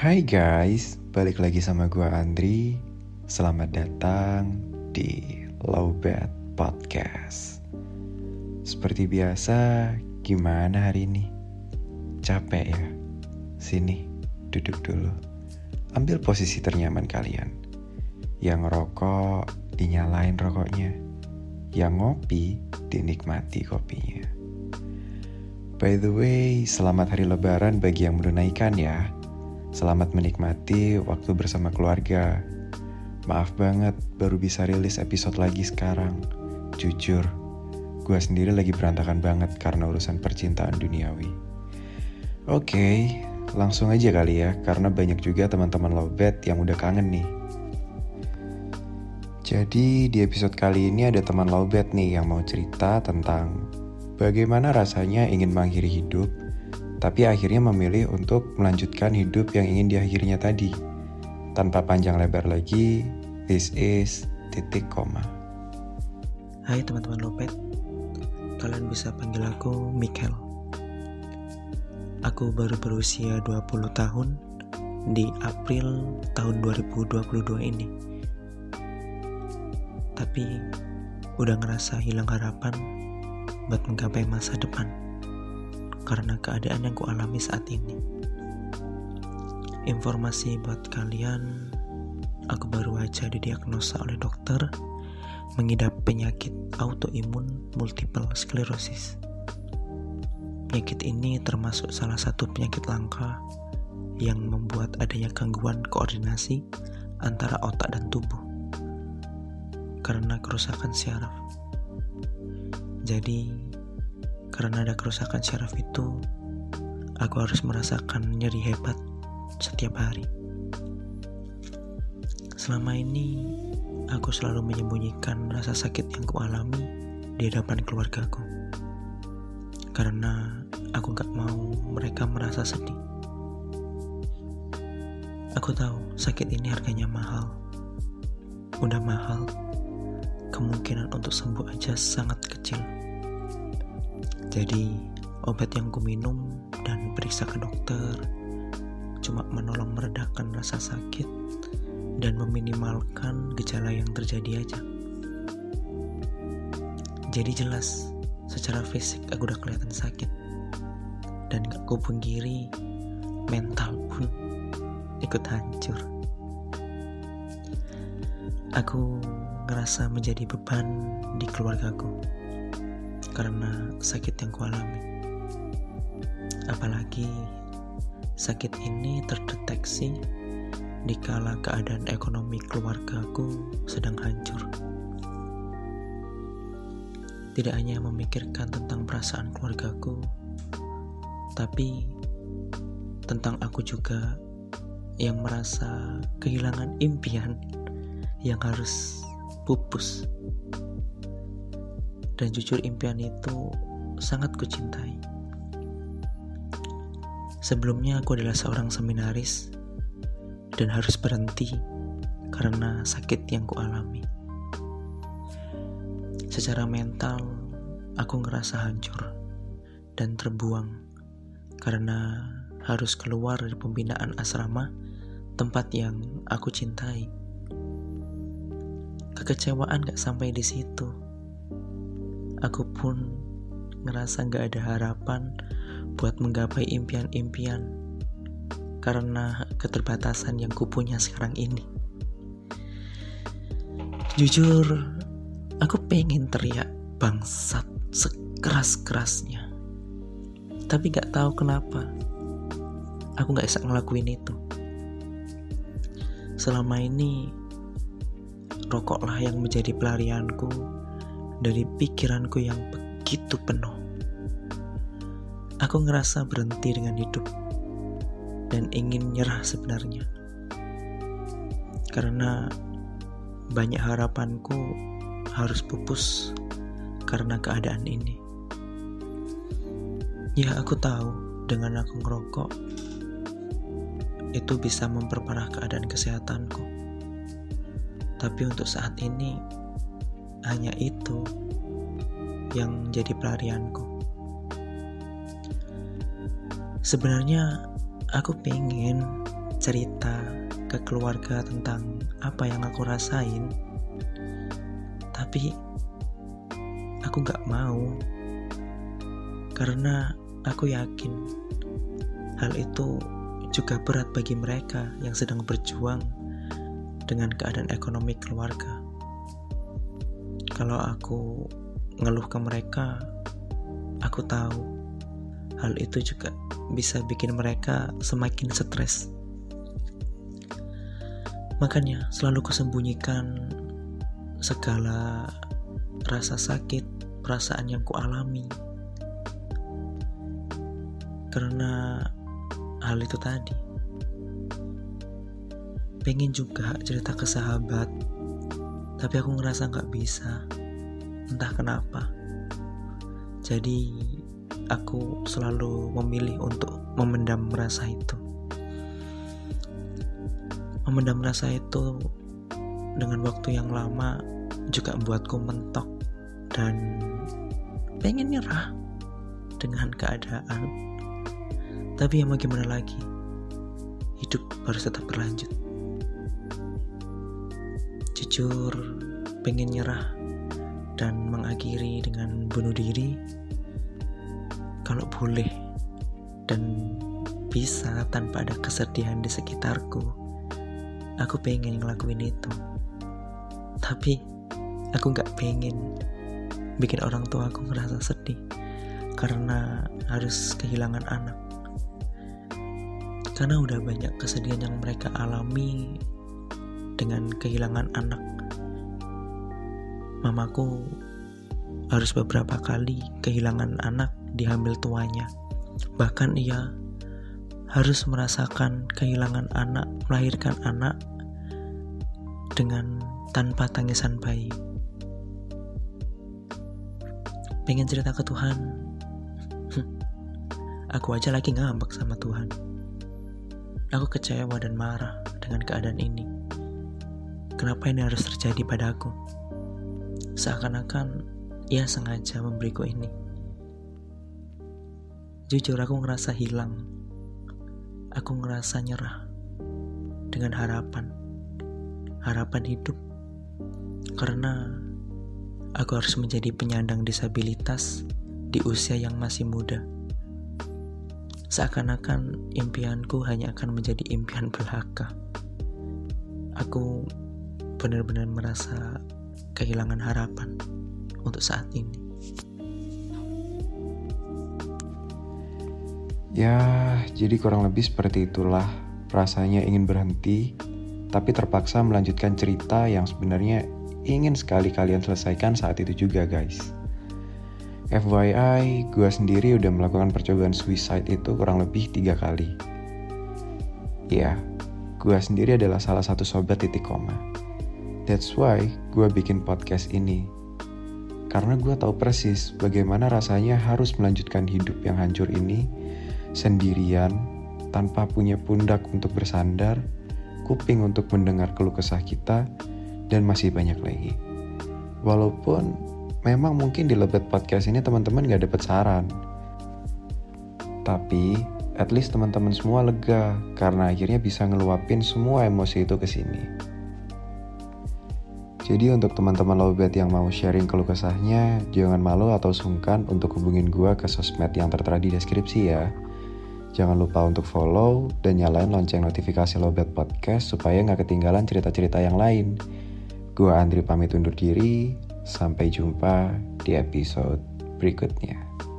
Hai guys, balik lagi sama gue Andri. Selamat datang di Lowbat Podcast. Seperti biasa, gimana hari ini? Capek ya? Sini, duduk dulu. Ambil posisi ternyaman kalian. Yang ngerokok, dinyalain rokoknya. Yang ngopi, dinikmati kopinya. By the way, selamat hari lebaran bagi yang menunaikan ya. Selamat menikmati waktu bersama keluarga. Maaf banget baru bisa rilis episode lagi sekarang. Jujur, gue sendiri lagi berantakan banget karena urusan percintaan duniawi. Oke, langsung aja kali ya, karena banyak juga teman-teman Lowbat yang udah kangen nih. Jadi di episode kali ini ada teman Lowbat nih yang mau cerita tentang bagaimana rasanya ingin mengakhiri hidup, tapi akhirnya memilih untuk melanjutkan hidup yang ingin diakhirinya tadi. Tanpa panjang lebar lagi, this is titik koma. Hai teman-teman Lowbat, kalian bisa panggil aku Michael. Aku baru berusia 20 tahun di April tahun 2022 ini. Tapi udah ngerasa hilang harapan buat menggapai masa depan karena keadaan yang kualami saat ini. Informasi buat kalian, aku baru aja didiagnosa oleh dokter mengidap penyakit autoimun multiple sclerosis. Penyakit ini termasuk salah satu penyakit langka yang membuat adanya gangguan koordinasi antara otak dan tubuh karena kerusakan syaraf. Jadi, karena ada kerusakan syaraf itu, aku harus merasakan nyeri hebat setiap hari. Selama ini, aku selalu menyembunyikan rasa sakit yang kualami di hadapan keluargaku. Karena aku gak mau mereka merasa sedih. Aku tahu sakit ini harganya mahal. Udah mahal, kemungkinan untuk sembuh aja sangat kecil. Jadi, obat yang ku minum dan periksa ke dokter cuma menolong meredakan rasa sakit dan meminimalkan gejala yang terjadi aja. Jadi jelas, secara fisik aku udah kelihatan sakit. Dan gak ku pungkiri, mental pun ikut hancur. Aku ngerasa menjadi beban di keluargaku karena sakit yang kualami. Apalagi sakit ini terdeteksi dikala keadaan ekonomi keluargaku sedang hancur. Tidak hanya memikirkan tentang perasaan keluargaku, tapi tentang aku juga yang merasa kehilangan impian yang harus pupus. Dan jujur impian itu sangat kucintai. Sebelumnya aku adalah seorang seminaris dan harus berhenti karena sakit yang kualami. Secara mental aku ngerasa hancur dan terbuang karena harus keluar dari pembinaan asrama tempat yang aku cintai. Kekecewaan gak sampai di situ. Aku pun ngerasa gak ada harapan buat menggapai impian-impian karena keterbatasan yang kupunya sekarang ini. Jujur, aku pengen teriak bangsat sekeras-kerasnya. Tapi gak tahu kenapa aku gak bisa ngelakuin itu. Selama ini rokoklah yang menjadi pelarianku dari pikiranku yang begitu penuh. Aku ngerasa berhenti dengan hidup dan ingin nyerah sebenarnya. Karena banyak harapanku harus pupus karena keadaan ini. Ya, aku tahu dengan aku ngerokok itu bisa memperparah keadaan kesehatanku. Tapi untuk saat ini hanya itu yang jadi pelarianku. Sebenarnya aku pengen cerita ke keluarga tentang apa yang aku rasain, tapi aku gak mau, karena aku yakin hal itu juga berat bagi mereka yang sedang berjuang dengan keadaan ekonomi keluarga. Kalau aku ngeluh ke mereka, aku tahu hal itu juga bisa bikin mereka semakin stres. Makanya selalu kusembunyikan segala rasa sakit, perasaan yang kualami, karena hal itu tadi. Pengen juga cerita ke sahabat, tapi aku ngerasa gak bisa, entah kenapa. Jadi aku selalu memilih untuk memendam rasa itu. Memendam rasa itu dengan waktu yang lama juga membuatku mentok dan pengen nyerah dengan keadaan. Tapi ya mau gimana lagi, hidup harus tetap berlanjut. Jujur pengen nyerah dan mengakhiri dengan bunuh diri. Kalau boleh dan bisa tanpa ada kesedihan di sekitarku, aku pengen ngelakuin itu. Tapi aku gak pengen bikin orang tua aku ngerasa sedih karena harus kehilangan anak. Karena udah banyak kesedihan yang mereka alami dengan kehilangan anak. Mamaku harus beberapa kali kehilangan anak di hamil tuanya. Bahkan ia harus merasakan kehilangan anak, melahirkan anak dengan tanpa tangisan bayi. Pengen cerita ke Tuhan, aku aja lagi ngambek sama Tuhan. Aku kecewa dan marah dengan keadaan ini. Kenapa ini harus terjadi padaku? Seakan-akan ia sengaja memberiku ini. Jujur aku ngerasa hilang. Aku ngerasa nyerah dengan harapan hidup. Karena aku harus menjadi penyandang disabilitas di usia yang masih muda. Seakan-akan impianku hanya akan menjadi impian belaka. Aku benar-benar merasa kehilangan harapan untuk saat ini. Ya, jadi kurang lebih seperti itulah. Rasanya ingin berhenti, tapi terpaksa melanjutkan cerita yang sebenarnya ingin sekali kalian selesaikan saat itu juga, guys. FYI, gue sendiri udah melakukan percobaan suicide itu kurang lebih 3 kali. Ya, gue sendiri adalah salah satu sobat titik koma. That's why gue bikin podcast ini. Karena gue tahu persis bagaimana rasanya harus melanjutkan hidup yang hancur ini sendirian, tanpa punya pundak untuk bersandar, kuping untuk mendengar keluh kesah kita, dan masih banyak lagi. Walaupun memang mungkin di Lobet Podcast ini teman-teman gak dapat saran, tapi at least teman-teman semua lega karena akhirnya bisa ngeluapin semua emosi itu ke sini. Jadi untuk teman-teman Lobet yang mau sharing keluh kesahnya, jangan malu atau sungkan untuk hubungin gue ke sosmed yang tertera di deskripsi ya. Jangan lupa untuk follow dan nyalain lonceng notifikasi Lobet Podcast supaya gak ketinggalan cerita-cerita yang lain. Gue Andri pamit undur diri, sampai jumpa di episode berikutnya.